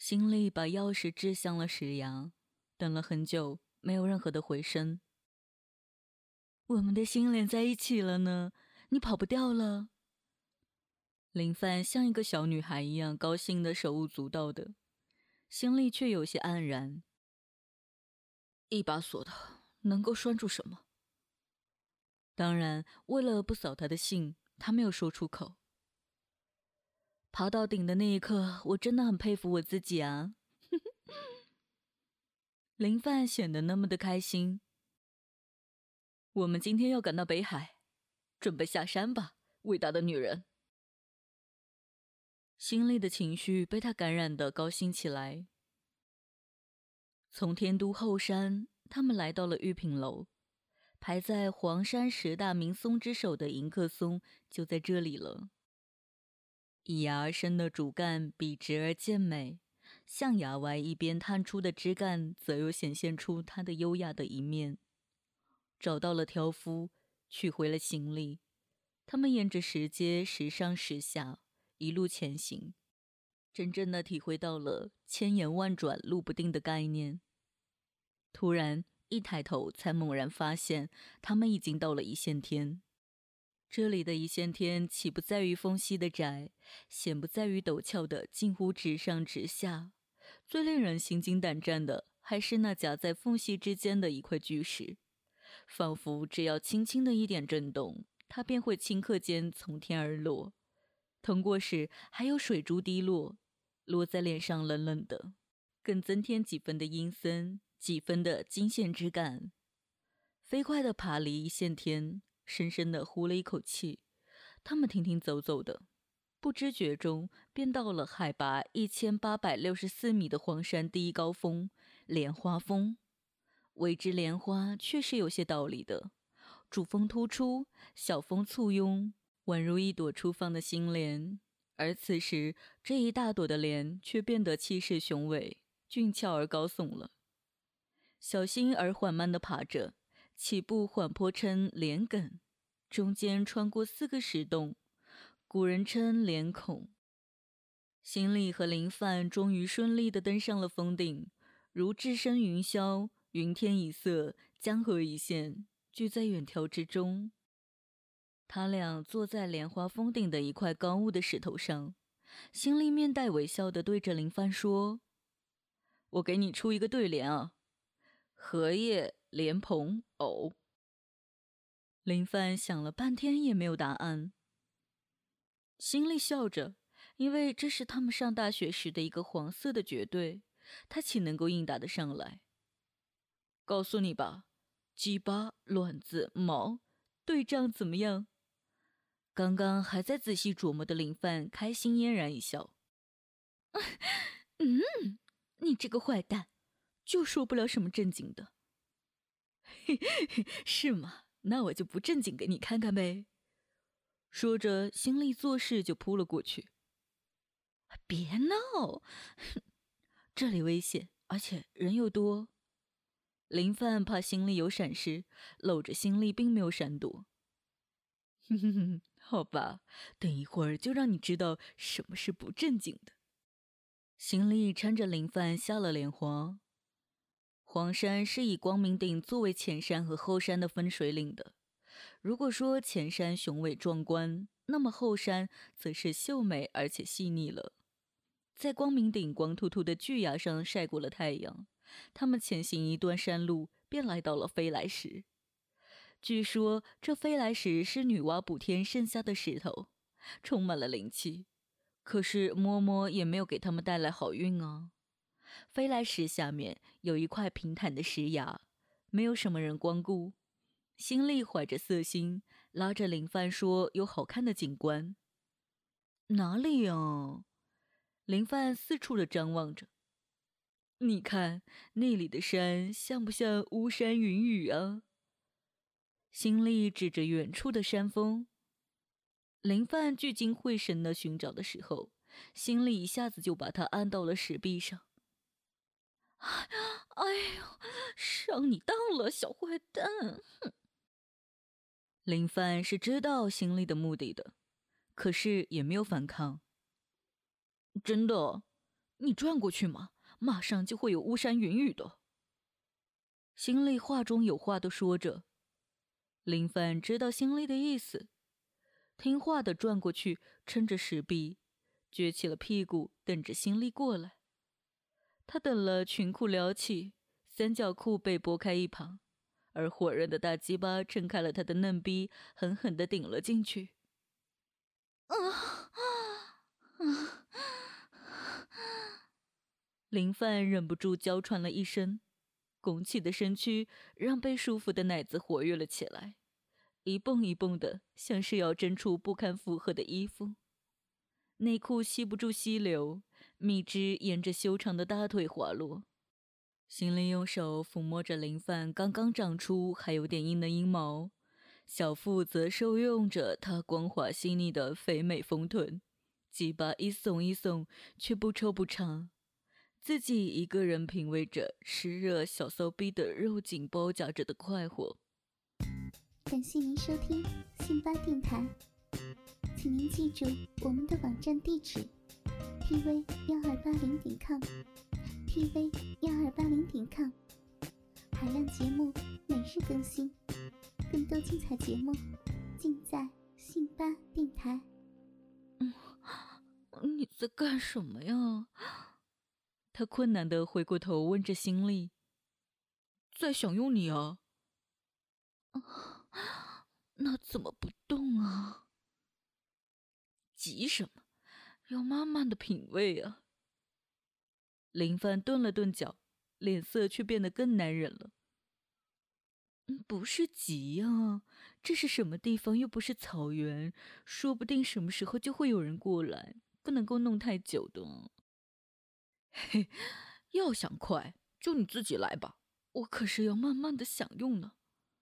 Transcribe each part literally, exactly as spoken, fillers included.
心里把钥匙掷向了石崖，等了很久，没有任何的回声。我们的心连在一起了呢，你跑不掉了。林范像一个小女孩一样高兴的手舞足蹈的，心里却有些黯然。一把锁的能够拴住什么？当然，为了不扫他的兴，他没有说出口。爬到顶的那一刻，我真的很佩服我自己啊。林范显得那么的开心。我们今天要赶到北海，准备下山吧，伟大的女人。心里的情绪被他感染的高兴起来。从天都后山，他们来到了玉品楼，排在黄山十大名松之首的迎客松就在这里了。以芽而生的主干笔直而健美，象牙外一边探出的枝干则又显现出它的优雅的一面。找到了挑夫，取回了行李，他们沿着石阶时上时下，一路前行，真正的体会到了千言万转路不定的概念。突然一抬头，才猛然发现他们已经到了一线天。这里的一线天岂不在于缝隙的窄，险不在于陡峭的近乎直上直下，最令人心惊胆战的还是那夹在缝隙之间的一块巨石，仿佛只要轻轻的一点震动，它便会顷刻间从天而落。通过时还有水珠滴落，落在脸上冷冷的，更增添几分的阴森，几分的惊险之感。飞快地爬离一线天，深深地呼了一口气，他们停停走走的，不知觉中便到了海拔一千八百六十四米的黄山第一高峰莲花峰。为之莲花确实有些道理的，主峰突出，小峰簇拥，宛如一朵初放的新莲。而此时这一大朵的莲却变得气势雄伟，俊俏而高耸了。小心而缓慢地爬着，起步缓坡称莲梗，中间穿过四个石洞，古人称莲孔。行李和林范终于顺利地登上了峰顶，如置身云霄，云天一色，江河一线，聚在远眺之中。他俩坐在莲花峰顶的一块高雾的石头上，心里面带微笑地对着林范说：我给你出一个对联啊，荷叶莲蓬藕。林范想了半天也没有答案，心里笑着，因为这是他们上大学时的一个黄色的绝对，他岂能够应答得上来？告诉你吧，鸡巴、卵子、毛，对仗怎么样？刚刚还在仔细琢磨的林范开心嫣然一笑。嗯，你这个坏蛋，就说不了什么正经的。是吗？那我就不正经给你看看呗。说着，心里做事就扑了过去。别闹，这里危险，而且人又多。林范怕心里有闪失，搂着心里并没有闪躲。哼哼哼，好吧，等一会儿就让你知道什么是不正经的。心里搀着林范下了莲花。黄山是以光明顶作为前山和后山的分水岭的。如果说前山雄伟壮观，那么后山则是秀美而且细腻了。在光明顶光秃秃的巨崖上晒过了太阳，他们前行一段山路，便来到了飞来石。据说这飞来石是女娲补天剩下的石头，充满了灵气，可是摸摸也没有给他们带来好运啊。飞来石下面有一块平坦的石崖，没有什么人光顾。心里怀着色心，拉着林范说有好看的景观。哪里啊？林范四处的张望着。你看那里的山像不像巫山云雨啊？心里指着远处的山峰。林范聚精会神的寻找的时候，心里一下子就把他按到了石壁上。哎呦，上你当了，小坏蛋！哼。林范是知道心里的目的的，可是也没有反抗。真的， 你转过去嘛，马上就会有巫山云雨的。心里话中有话地说着，林范知道心里的意思，听话地转过去，撑着石壁，撅起了屁股，等着心力过来。他等了，裙裤撩起，三角裤被拨开一旁，而火热的大鸡巴撑开了他的嫩逼，狠狠地顶了进去。啊啊！林范忍不住娇喘了一声，拱起的身躯让被束缚的奶子活跃了起来，一蹦一蹦的，像是要挣出不堪负荷的衣服。内裤吸不住吸流，蜜汁沿着修长的大腿滑落。心里用手抚摸着林范刚刚长出还有点硬的阴毛，小腹则受用着他光滑细腻的肥美丰臀，鸡巴一耸一耸，却不抽不长。自己一个人品味着湿热小骚逼的肉紧包夹着的快活。 感谢您收听信巴电台，请您记住我们的网站地址 ：t v 幺二八零点 com，t v 幺二八零点 com， 海量节目每日更新，更多精彩节目尽在信巴电台。 嗯，你在干什么呀？他困难地回过头问着心里：“在享用你啊。”啊，那怎么不动啊？急什么？要慢慢的品味啊。林范顿了顿脚，脸色却变得更难忍了。不是急啊，这是什么地方？又不是草原，说不定什么时候就会有人过来，不能够弄太久的。嘿，要想快，就你自己来吧，我可是要慢慢的享用呢。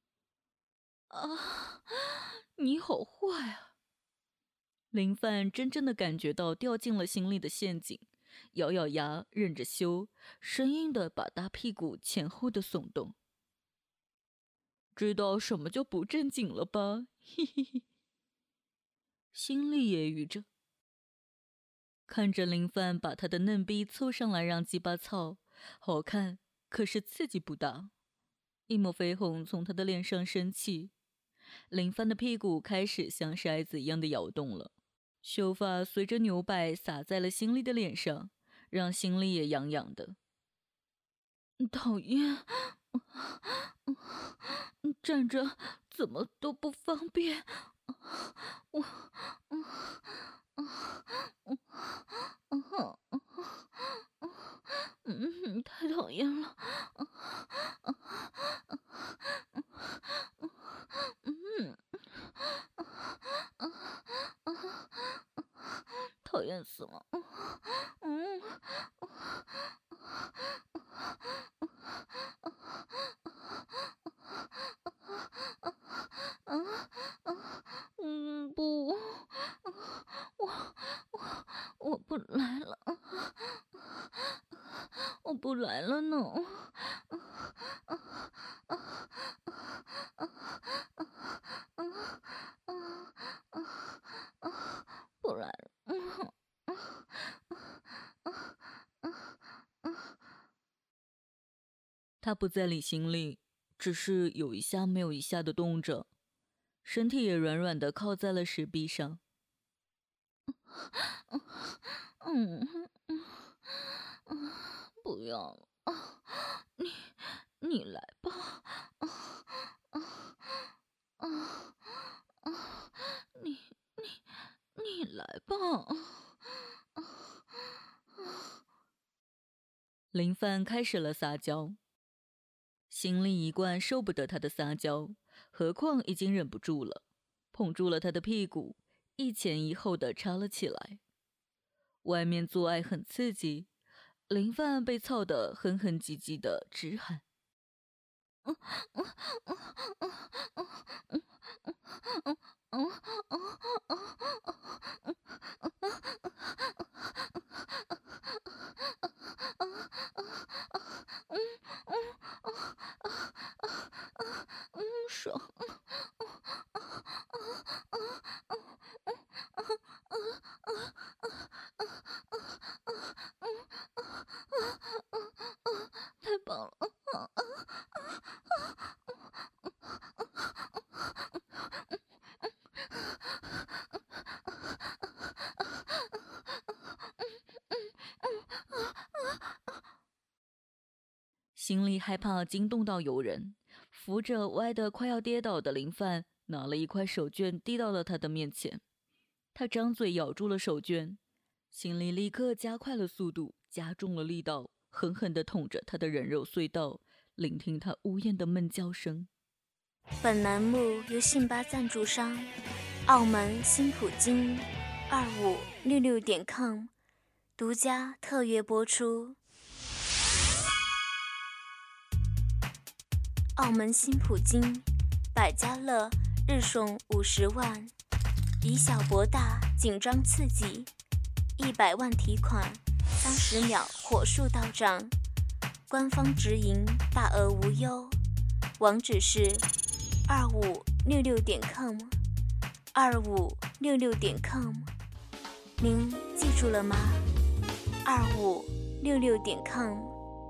啊，你好坏啊！林范真正的感觉到掉进了心里的陷阱，咬咬牙，忍着羞，生硬的把大屁股前后的耸动。知道什么叫不正经了吧？嘿嘿嘿，心里揶揄着。看着林范把他的嫩逼凑上来让鸡巴操，好看，可是刺激不大。一抹绯红从他的脸上升起，林范的屁股开始像筛子一样的摇动了，秀发随着扭摆洒在了心里的脸上，让心里也痒痒的。讨厌，站着怎么都不方便，我，嗯，太讨厌了，嗯，讨厌死了，嗯。嗯，不，我我我不来了，我不来了呢。不来了。他不再理心里，只是有一下没有一下的动着，身体也软软的靠在了石壁上。嗯嗯嗯，不要了，你你来吧，啊啊啊啊！你你你来吧，啊啊！林范开始了撒娇。心里一贯受不得他的撒娇，何况已经忍不住了，捧住了他的屁股，一前一后的插了起来。外面做爱很刺激，林范被操得哼哼唧唧的直喊。爽！ 心里害怕惊动到游人，扶着歪得快要跌倒的林范，拿了一块手绢递到了他的面前。他张嘴咬住了手绢，心里立刻加快了速度，加重了力道，狠狠地捅着他的人肉隧道，聆听他呜咽的闷叫声。 本栏目由信巴赞助商澳门新普京二五六六点 com 独家特约播出。澳门新普京百家乐日送五十万，以小博大，紧张刺激，一百万提款，三十秒火速到账，官方直营，大额无忧。网址是二五六六点 com， 二五六六点 com， 您记住了吗？二五六六点 com。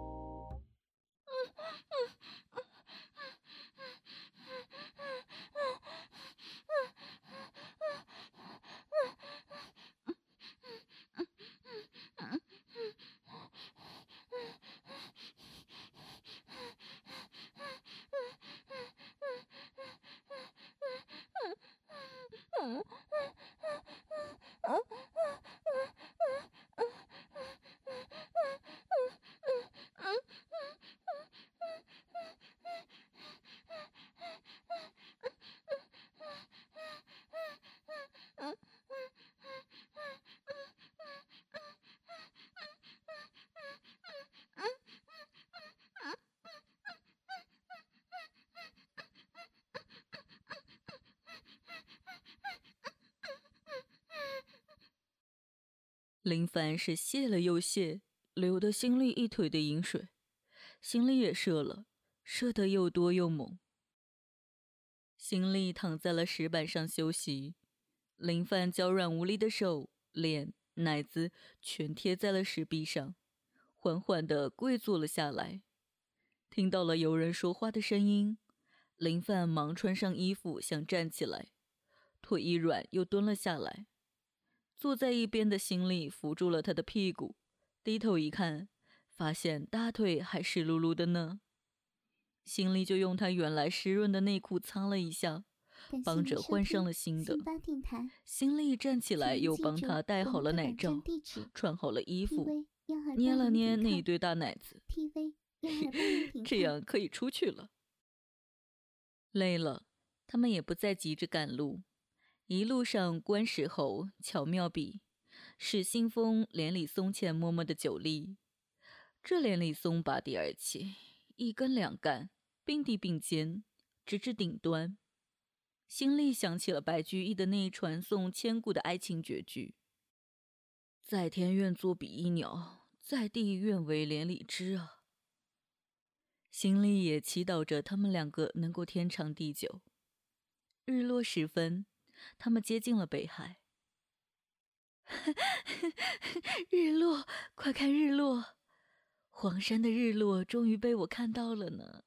林凡是谢了又谢，流得心里一腿的饮水，心里也射了，射得又多又猛。心里躺在了石板上休息，林凡娇软无力的手、脸、奶子全贴在了石壁上，缓缓地跪坐了下来。听到了有人说话的声音，林凡忙穿上衣服想站起来，腿一软又蹲了下来。坐在一边的心里扶住了他的屁股，低头一看，发现大腿还湿漉漉的呢。心里就用他原来湿润的内裤擦了一下，帮着换上了新的。心里站起来又帮他戴好了奶罩，穿好了衣服，捏了捏那一对大奶子，这样可以出去了。累了，他们也不再急着赶路。一路上，关石猴巧妙比史信峰连理松前默默的酒力，这连理松拔地而起，一根两干，并蒂并肩，直至顶端。心里想起了白居易的那一传颂千古的爱情绝句：在天愿作比翼鸟，在地愿为连理枝啊。心里也祈祷着他们两个能够天长地久。日落时分，他们接近了北海。日落，快看日落！黄山的日落终于被我看到了呢。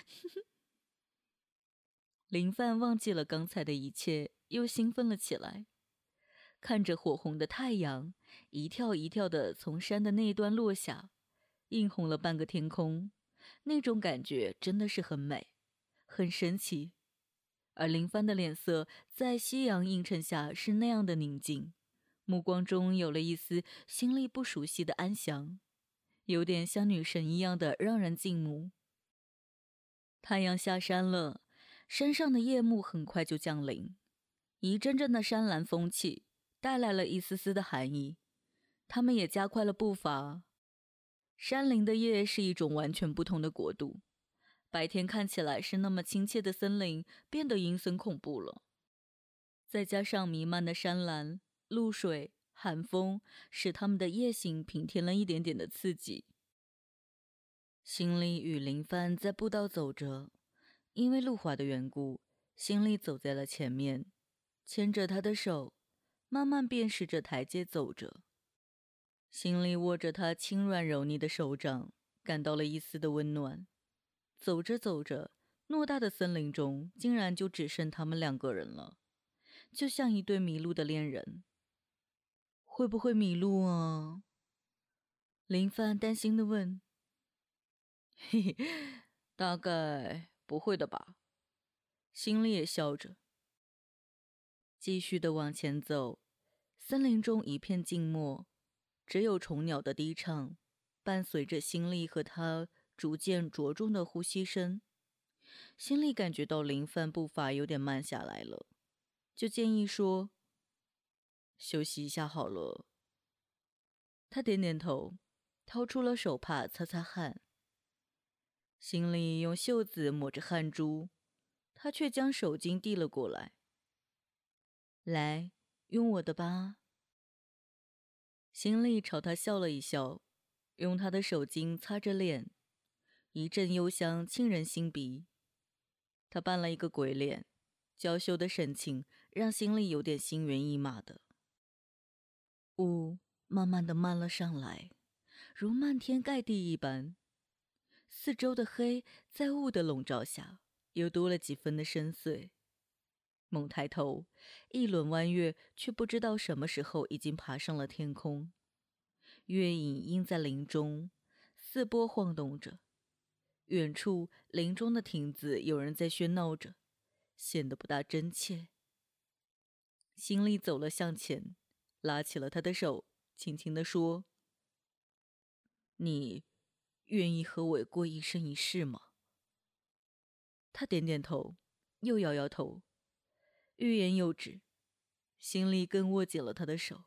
林范忘记了刚才的一切，又兴奋了起来。看着火红的太阳一跳一跳地从山的那一端落下，映红了半个天空，那种感觉真的是很美，很神奇。而林帆的脸色在夕阳映衬下是那样的宁静，目光中有了一丝心里不熟悉的安详，有点像女神一样的让人敬慕。太阳下山了，山上的夜幕很快就降临，一阵阵的山岚风起带来了一丝丝的寒意，他们也加快了步伐。山林的夜是一种完全不同的国度，白天看起来是那么亲切的森林变得阴森恐怖了，再加上弥漫的山岚、露水、寒风，使他们的夜行平添了一点点的刺激。心里与林帆在步道走着，因为路滑的缘故，心里走在了前面，牵着他的手，慢慢辨识着台阶走着。心里握着他轻软柔腻的手掌，感到了一丝的温暖。走着走着，偌大的森林中竟然就只剩他们两个人了，就像一对迷路的恋人。会不会迷路啊？林帆担心地问。 嘿嘿，大概不会的吧。心里也笑着，继续的往前走。森林中一片静默，只有虫鸟的低唱，伴随着心力和他逐渐着重的呼吸声。心里感觉到林范步伐有点慢下来了，就建议说：“休息一下好了。”他点点头，掏出了手帕擦擦汗。心里用袖子抹着汗珠，他却将手巾递了过来：“来，用我的吧。”心里朝他笑了一笑，用他的手巾擦着脸，一阵幽香沁人心鼻。他扮了一个鬼脸，娇羞的神情让心里有点心猿意马的。雾慢慢的漫了上来，如漫天盖地一般。四周的黑在雾的笼罩下又多了几分的深邃。猛抬头，一轮弯月却不知道什么时候已经爬上了天空。月影映在林中，四波晃动着。远处林中的亭子有人在喧闹着，显得不大真切。心里走了向前，拉起了他的手，轻轻地说：“你愿意和我过一生一世吗？”他点点头，又摇摇头，欲言又止。心里更握紧了他的手。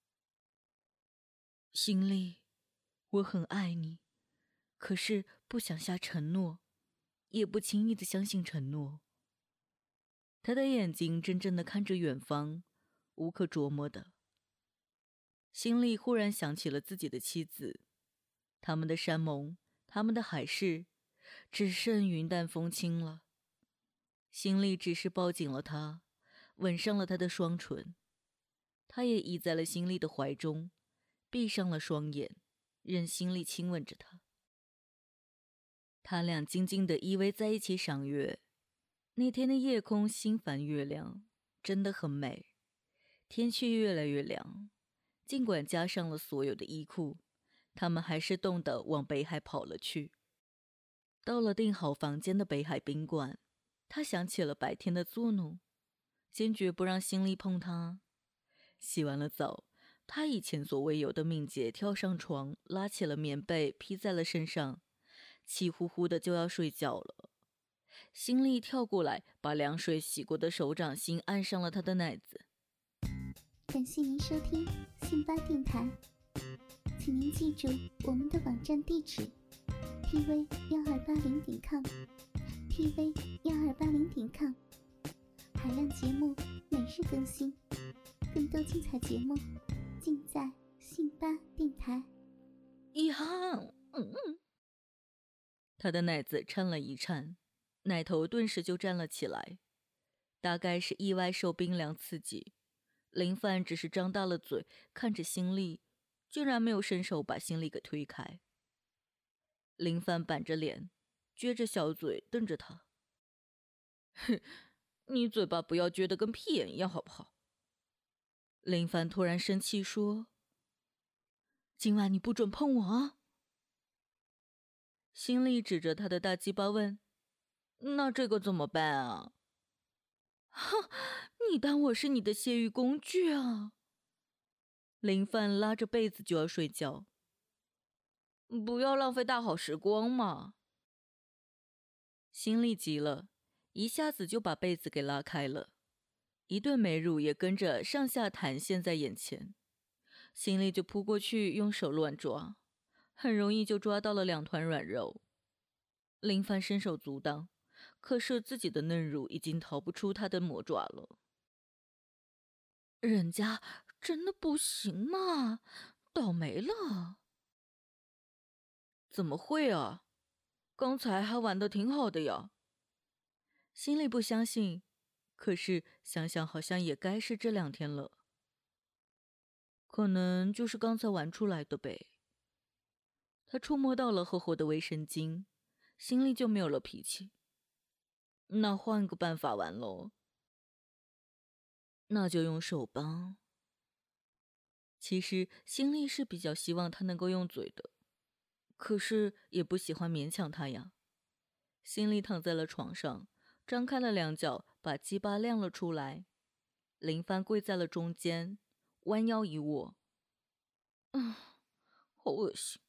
心里，我很爱你，可是不想下承诺，也不轻易的相信承诺。他的眼睛怔怔地看着远方，无可琢磨的。心里忽然想起了自己的妻子，他们的山盟，他们的海誓，只剩云淡风轻了。心里只是抱紧了他，吻上了他的双唇。他也依在了心里的怀中，闭上了双眼，任心里亲吻着他。他俩静静地依偎在一起赏月。那天的夜空星繁月亮，真的很美。天气越来越凉，尽管加上了所有的衣裤，他们还是冻得往北海跑了去。到了订好房间的北海宾馆，他想起了白天的作弄，坚决不让心里碰他。洗完了澡，他以前所未有的敏捷跳上床，拉起了棉被披在了身上，气呼呼的就要睡觉了。心里跳过来，把凉水洗过的手掌心按上了他的奶子。 感谢您收听信巴电台，请您记住我们的网站地址 t v 一二八零点 com t v 一二八零点 com， 海量节目每日更新，更多精彩节目尽在信巴电台。 一航，嗯嗯，他的奶子颤了一颤，奶头顿时就站了起来，大概是意外受冰凉刺激。林范只是张大了嘴看着心力，竟然没有伸手把心力给推开。林范板着脸，撅着小嘴瞪着他：“哼，你嘴巴不要撅得跟屁眼一样好不好？”林范突然生气说：“今晚你不准碰我啊！”心里指着他的大鸡巴问：“那这个怎么办啊？”“哼，你当我是你的泄欲工具啊？”林范拉着被子就要睡觉。“不要浪费大好时光嘛。”心里急了，一下子就把被子给拉开了，一对美乳也跟着上下弹现在眼前。心里就扑过去用手乱抓，很容易就抓到了两团软肉。林范伸手阻挡，可是自己的嫩乳已经逃不出他的魔爪了。人家真的不行嘛，倒霉了。怎么会啊？刚才还玩得挺好的呀。心里不相信，可是想想好像也该是这两天了。可能就是刚才玩出来的呗。他触摸到了厚厚的卫生巾，心里就没有了脾气。那换个办法玩喽。那就用手吧。其实心里是比较希望他能够用嘴的， 可是也不喜欢勉强他呀。心里躺在了床上，张开了两脚，把鸡巴亮了出来。林帆跪在了中间，弯腰一握，嗯，好恶心。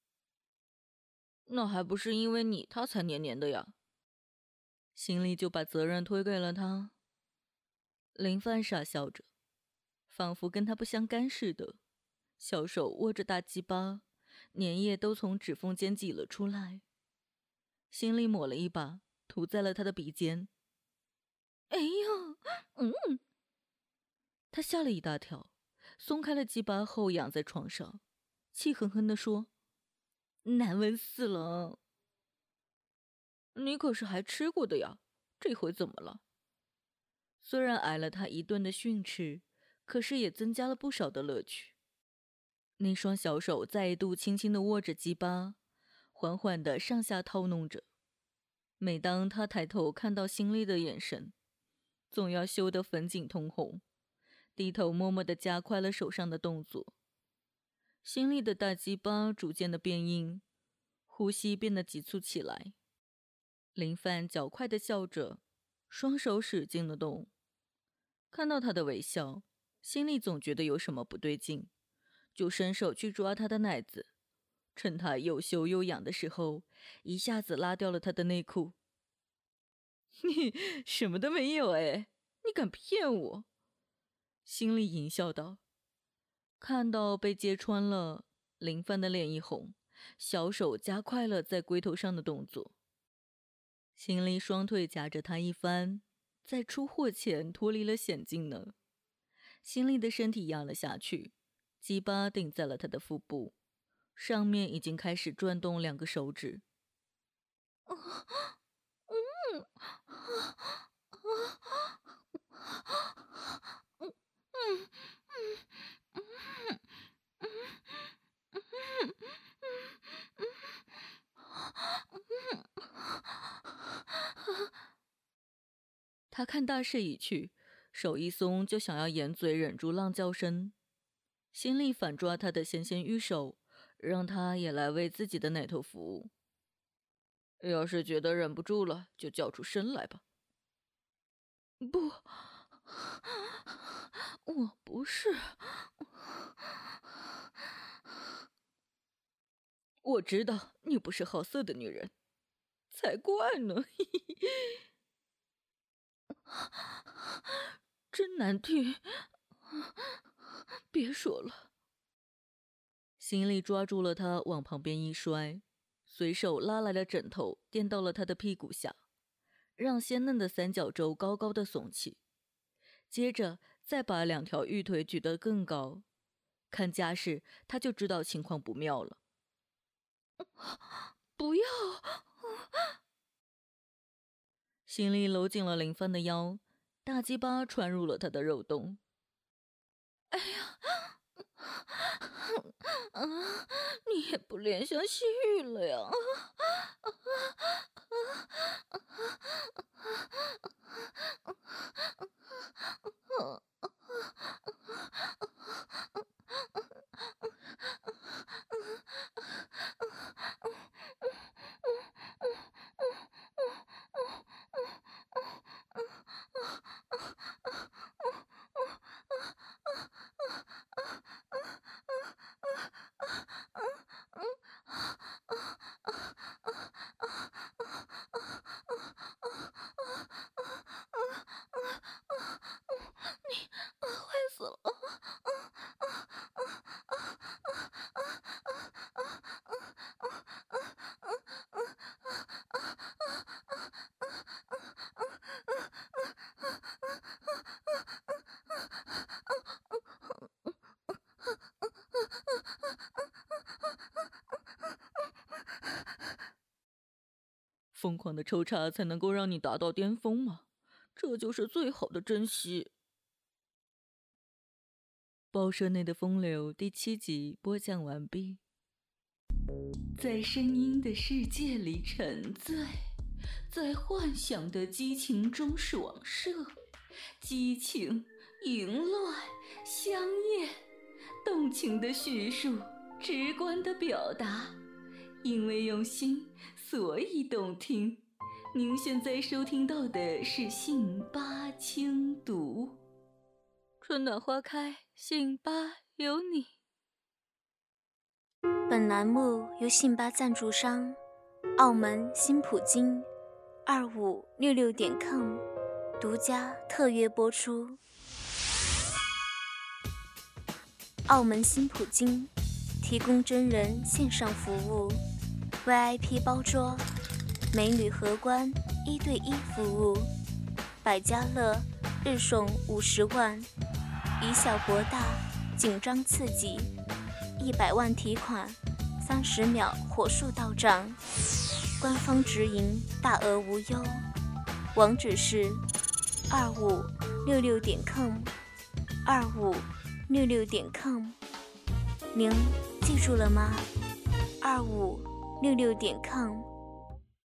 那还不是因为你他才黏黏的呀。心里就把责任推给了他。林帆傻笑着，仿佛跟他不相干似的，小手握着大鸡巴，粘液都从指缝间挤了出来。心里抹了一把，涂在了他的鼻尖。哎呀，嗯！他吓了一大跳，松开了鸡巴后仰在床上，气哼哼地说：“难闻死了。”你可是还吃过的呀，这回怎么了？虽然挨了他一顿的训斥，可是也增加了不少的乐趣。那双小手再度轻轻地握着鸡巴，缓缓地上下套弄着。每当他抬头看到心里的眼神，总要羞得粉颈通红，低头默默地加快了手上的动作。心里的大鸡巴逐渐的变硬，呼吸变得急促起来。林帆较快地笑着，双手使劲地动。看到他的微笑，心里总觉得有什么不对劲，就伸手去抓他的奶子，趁他又羞又痒的时候，一下子拉掉了他的内裤。你什么都没有哎，你敢骗我？心里淫笑道。看到被揭穿了，林帆的脸一红，小手加快了在龟头上的动作。心里双腿夹着他一翻，在出货前脱离了险境呢。心里的身体压了下去，鸡巴顶在了他的腹部，上面已经开始转动两个手指。嗯他看大势已去，手一松就想要掩嘴忍住浪叫声，心里反抓他的纤纤玉手，让他也来为自己的奶头服务。要是觉得忍不住了，就叫出声来吧。不，我不是。我知道你不是好色的女人，才怪呢。真难听，别说了。心里抓住了他，往旁边一摔，随手拉来了枕头，垫到了他的屁股下，让鲜嫩的三角洲高高的耸起。接着再把两条玉腿举得更高，看架势他就知道情况不妙了。不要！心里搂紧了林帆的腰，大鸡巴穿入了他的肉洞。哎呀，啊，你也不怜香惜玉了呀！疯狂的抽插才能够让你达到巅峰吗？这就是最好的珍惜。报社内的风流第七集播讲完毕。在声音的世界里沉醉，在幻想的激情中爽射，激情、淫乱、香艳，动情的叙述，直观的表达， 因为用心，所以动听。您现在收听到的是信八轻读。春暖花开，信八有你。 本栏目由信八赞助商澳门新普京二五六六点 com 独家特约播出。澳门新普京提供真人线上服务 V I P 包桌，美女荷官一对一服务，百家乐日送五十万，以小博大，紧张刺激，一百万提款，三十秒火速到账，官方直营，大额无忧。网址是二五六六点 com， 二五六六点 com， 您记住了吗？二五六六点 com。